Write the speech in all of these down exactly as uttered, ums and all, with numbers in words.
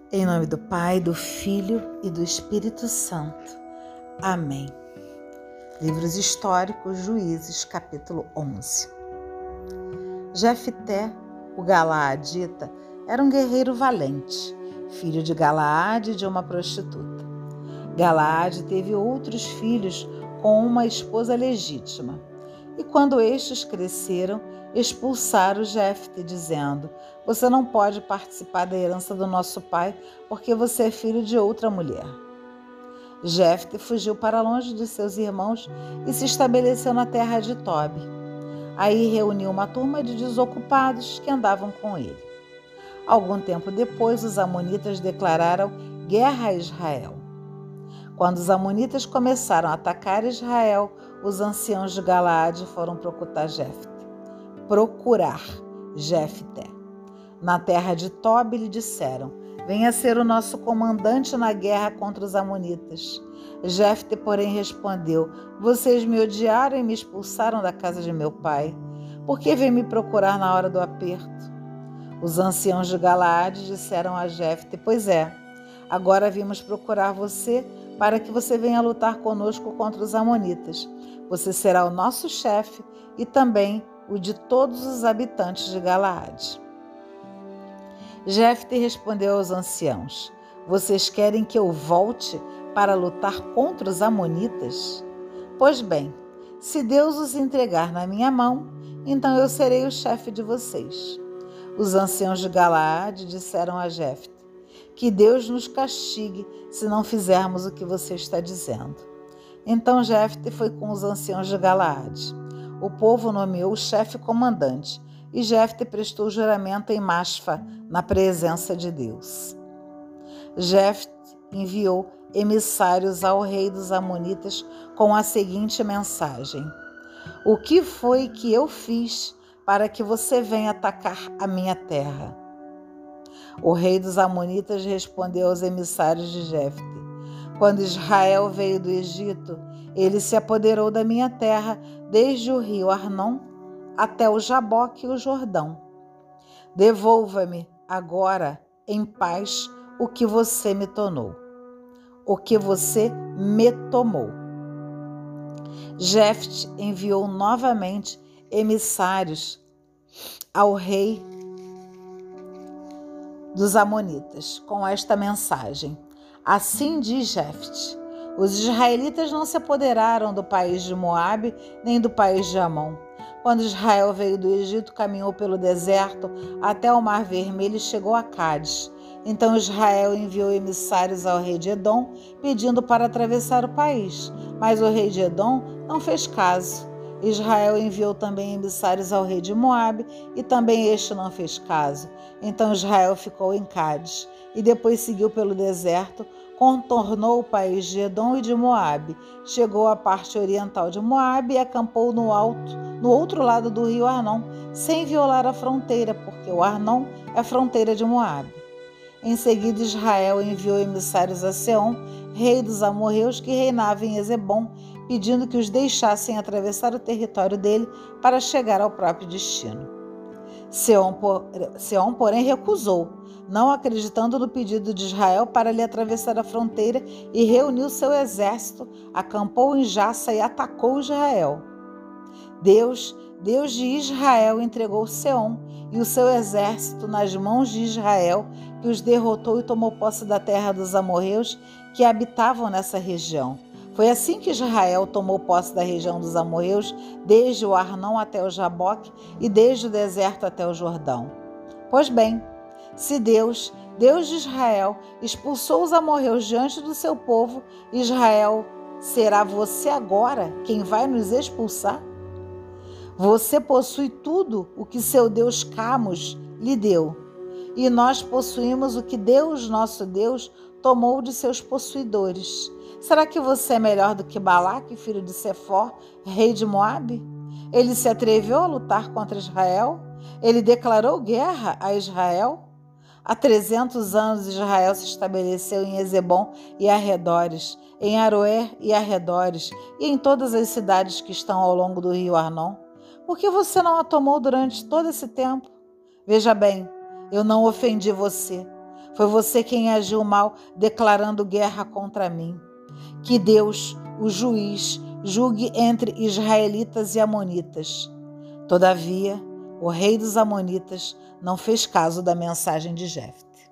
Em nome do Pai, do Filho e do Espírito Santo. Amém. Livros históricos, Juízes, capítulo onze. Jefté, o Galaadita, era um guerreiro valente, filho de Galaade e de uma prostituta. Galaade teve outros filhos com uma esposa legítima. E quando estes cresceram, expulsaram Jefté, dizendo: você não pode participar da herança do nosso pai, porque você é filho de outra mulher. Jefté fugiu para longe de seus irmãos e se estabeleceu na terra de Tobi. Aí reuniu uma turma de desocupados que andavam com ele. Algum tempo depois, os amonitas declararam guerra a Israel. Quando os amonitas começaram a atacar Israel, os anciãos de Galaade foram procurar Jefté. Procurar Jefté. Na terra de Tobi lhe disseram: venha ser o nosso comandante na guerra contra os amonitas. Jefté, porém, respondeu: vocês me odiaram e me expulsaram da casa de meu pai. Por que vem me procurar na hora do aperto? Os anciãos de Galaade disseram a Jefté: pois é, agora vimos procurar você para que você venha lutar conosco contra os amonitas. Você será o nosso chefe e também o de todos os habitantes de Galaade. Jefté respondeu aos anciãos: vocês querem que eu volte para lutar contra os amonitas? Pois bem, se Deus os entregar na minha mão, então eu serei o chefe de vocês. Os anciãos de Galaade disseram a Jefté: que Deus nos castigue se não fizermos o que você está dizendo. Então Jefté foi com os anciãos de Galaade. O povo nomeou o chefe comandante e Jefté prestou juramento em Masfa, na presença de Deus. Jefté enviou emissários ao rei dos amonitas com a seguinte mensagem: o que foi que eu fiz para que você venha atacar a minha terra? O rei dos amonitas respondeu aos emissários de Jefté: quando Israel veio do Egito, ele se apoderou da minha terra, desde o rio Arnon até o Jaboque e o Jordão. Devolva-me agora em paz o que você me tornou, o que você me tomou. Jefté enviou novamente emissários ao rei dos amonitas com esta mensagem: assim diz Jefté: os israelitas não se apoderaram do país de Moabe nem do país de Amon. Quando Israel veio do Egito, caminhou pelo deserto até o Mar Vermelho e chegou a Cádiz. Então Israel enviou emissários ao rei de Edom, pedindo para atravessar o país. Mas o rei de Edom não fez caso. Israel enviou também emissários ao rei de Moabe, e também este não fez caso. Então Israel ficou em Cádiz, e depois seguiu pelo deserto, contornou o país de Edom e de Moabe, chegou à parte oriental de Moabe e acampou no alto, no outro lado do rio Arnon, sem violar a fronteira, porque o Arnon é a fronteira de Moabe. Em seguida, Israel enviou emissários a Seom, rei dos amorreus, que reinava em Ezebom, pedindo que os deixassem atravessar o território dele para chegar ao próprio destino. Seom, por... Seom, porém, recusou, não acreditando no pedido de Israel para lhe atravessar a fronteira, e reuniu seu exército, acampou em Jassa e atacou Israel. Deus, Deus de Israel, entregou Seom e o seu exército nas mãos de Israel, que os derrotou e tomou posse da terra dos amorreus que habitavam nessa região. Foi assim que Israel tomou posse da região dos amorreus, desde o Arnon até o Jaboque e desde o deserto até o Jordão. Pois bem, se Deus, Deus de Israel, expulsou os amorreus diante do seu povo, Israel, será você agora quem vai nos expulsar? Você possui tudo o que seu Deus Camos lhe deu, e nós possuímos o que Deus, nosso Deus, tomou de seus possuidores. Será que você é melhor do que Balaque, filho de Sefor, rei de Moabe? Ele se atreveu a lutar contra Israel? Ele declarou guerra a Israel? Há trezentos anos Israel se estabeleceu em Ezebom e arredores, em Aroer e arredores, e em todas as cidades que estão ao longo do rio Arnon. Por que você não a tomou durante todo esse tempo? Veja bem, eu não ofendi você. Foi você quem agiu mal, declarando guerra contra mim. Que Deus, o juiz, julgue entre israelitas e amonitas. Todavia, o rei dos amonitas não fez caso da mensagem de Jefte.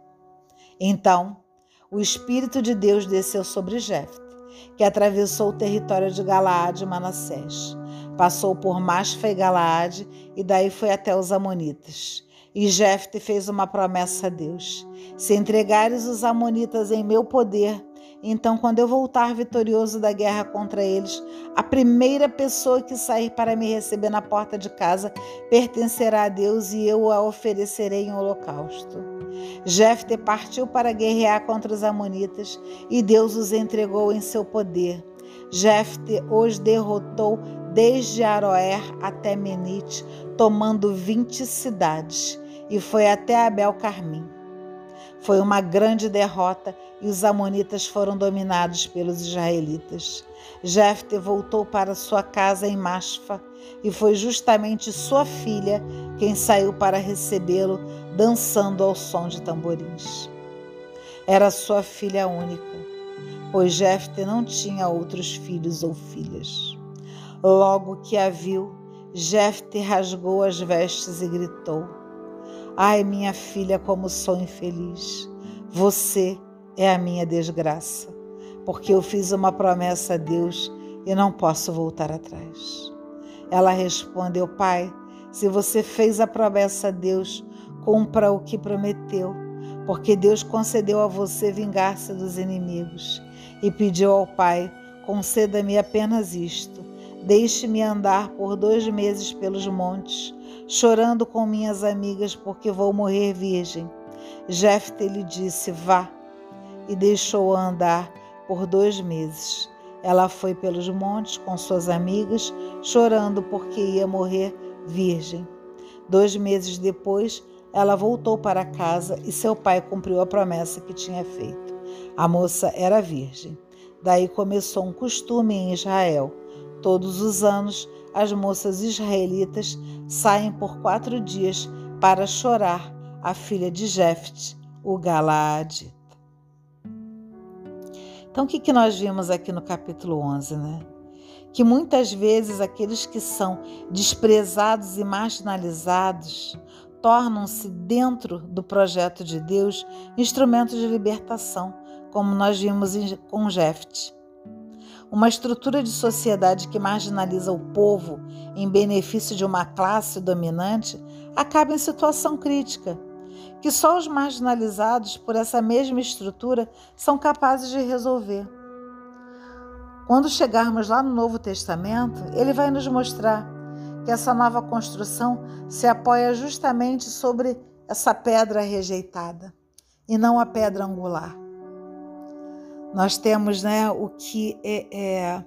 Então, o Espírito de Deus desceu sobre Jefte, que atravessou o território de Galaade e Manassés. Passou por Masfa e Galaade e daí foi até os amonitas. E Jefte fez uma promessa a Deus: se entregares os amonitas em meu poder, então quando eu voltar vitorioso da guerra contra eles, a primeira pessoa que sair para me receber na porta de casa pertencerá a Deus e eu a oferecerei em holocausto. Jefte partiu para guerrear contra os amonitas e Deus os entregou em seu poder. Jefte os derrotou desde Aroer até Menite, tomando vinte cidades, e foi até Abel-Carmim. Foi uma grande derrota e os amonitas foram dominados pelos israelitas. Jefte voltou para sua casa em Masfa e foi justamente sua filha quem saiu para recebê-lo, dançando ao som de tamborins. Era sua filha única, pois Jefte não tinha outros filhos ou filhas. Logo que a viu, Jefte rasgou as vestes e gritou: ai, minha filha, como sou infeliz! Você é a minha desgraça, porque eu fiz uma promessa a Deus e não posso voltar atrás. Ela respondeu: pai, se você fez a promessa a Deus, cumpra o que prometeu, porque Deus concedeu a você vingar-se dos inimigos. E pediu ao pai: conceda-me apenas isto, deixe-me andar por dois meses pelos montes, chorando com minhas amigas, porque vou morrer virgem. Jefte lhe disse: vá, e deixou-a andar por dois meses. Ela foi pelos montes com suas amigas, chorando porque ia morrer virgem. Dois meses depois, ela voltou para casa e seu pai cumpriu a promessa que tinha feito. A moça era virgem. Daí começou um costume em Israel. Todos os anos, as moças israelitas saem por quatro dias para chorar a filha de Jefte, o Galaadita. Então, o que, que nós vimos aqui no capítulo onze, né? Que muitas vezes aqueles que são desprezados e marginalizados tornam-se, dentro do projeto de Deus, instrumentos de libertação, como nós vimos com Jefte. Uma estrutura de sociedade que marginaliza o povo em benefício de uma classe dominante acaba em situação crítica, que só os marginalizados por essa mesma estrutura são capazes de resolver. Quando chegarmos lá no Novo Testamento, ele vai nos mostrar que essa nova construção se apoia justamente sobre essa pedra rejeitada e não a pedra angular. Nós temos, né, o que é, é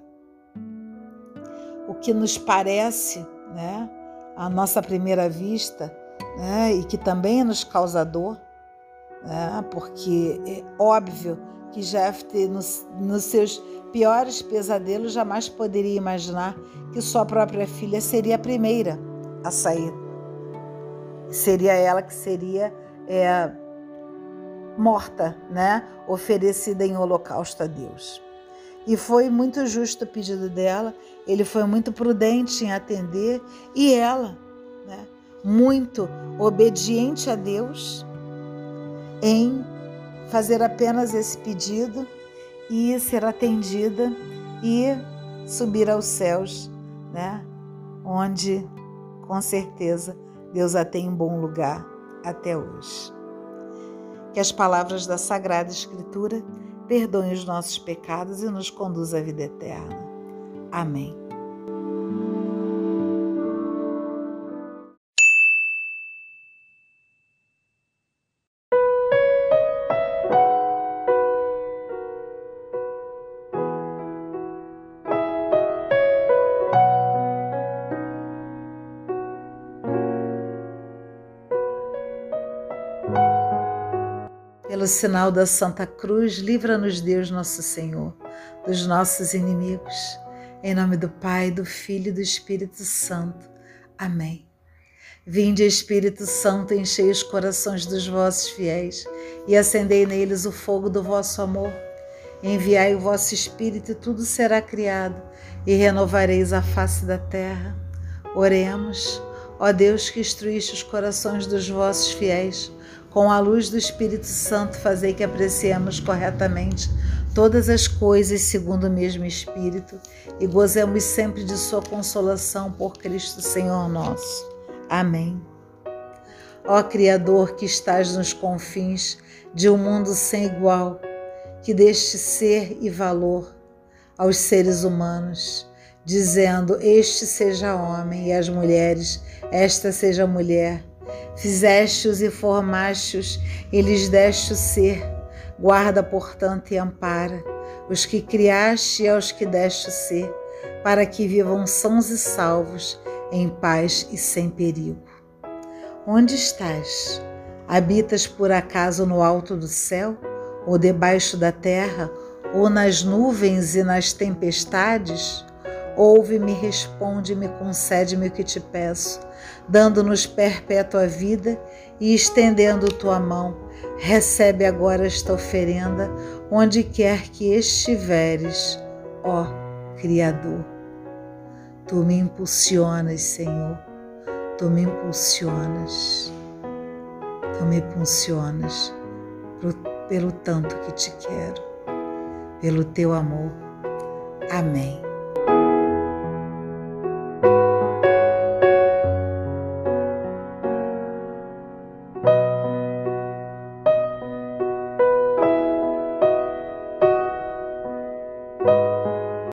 o que nos parece, né, à nossa primeira vista, né, e que também nos causa dor, né, porque é óbvio que Jefte, nos, nos seus piores pesadelos, jamais poderia imaginar que sua própria filha seria a primeira a sair. Seria ela que seria é, morta, né? Oferecida em holocausto a Deus. E foi muito justo o pedido dela, ele foi muito prudente em atender, e ela, né, muito obediente a Deus em fazer apenas esse pedido e ser atendida e subir aos céus, né? Onde, com certeza, Deus a tem em bom lugar até hoje. Que as palavras da Sagrada Escritura perdoem os nossos pecados e nos conduzam à vida eterna. Amém. Pelo sinal da Santa Cruz, livra-nos Deus nosso Senhor dos nossos inimigos. Em nome do Pai, do Filho e do Espírito Santo. Amém. Vinde, Espírito Santo, enchei os corações dos vossos fiéis e acendei neles o fogo do vosso amor. Enviai o vosso Espírito e tudo será criado e renovareis a face da terra. Oremos. Ó Deus, que instruíste os corações dos vossos fiéis, com a luz do Espírito Santo fazei que apreciemos corretamente todas as coisas segundo o mesmo Espírito e gozemos sempre de sua consolação por Cristo Senhor nosso. Amém. Ó Criador que estás nos confins de um mundo sem igual, que deste ser e valor aos seres humanos, dizendo, este seja homem e as mulheres, esta seja mulher, fizeste-os e formaste-os e lhes deste o ser, guarda, portanto, e ampara os que criaste e aos que deste o ser, para que vivam sãos e salvos, em paz e sem perigo. Onde estás? Habitas por acaso no alto do céu, ou debaixo da terra, ou nas nuvens e nas tempestades? Ouve-me, responde-me, concede-me o que te peço, dando-nos perpétua vida e estendendo tua mão. Recebe agora esta oferenda, onde quer que estiveres, ó Criador. Tu me impulsionas, Senhor, tu me impulsionas, tu me impulsionas pelo tanto que te quero, pelo teu amor. Amém.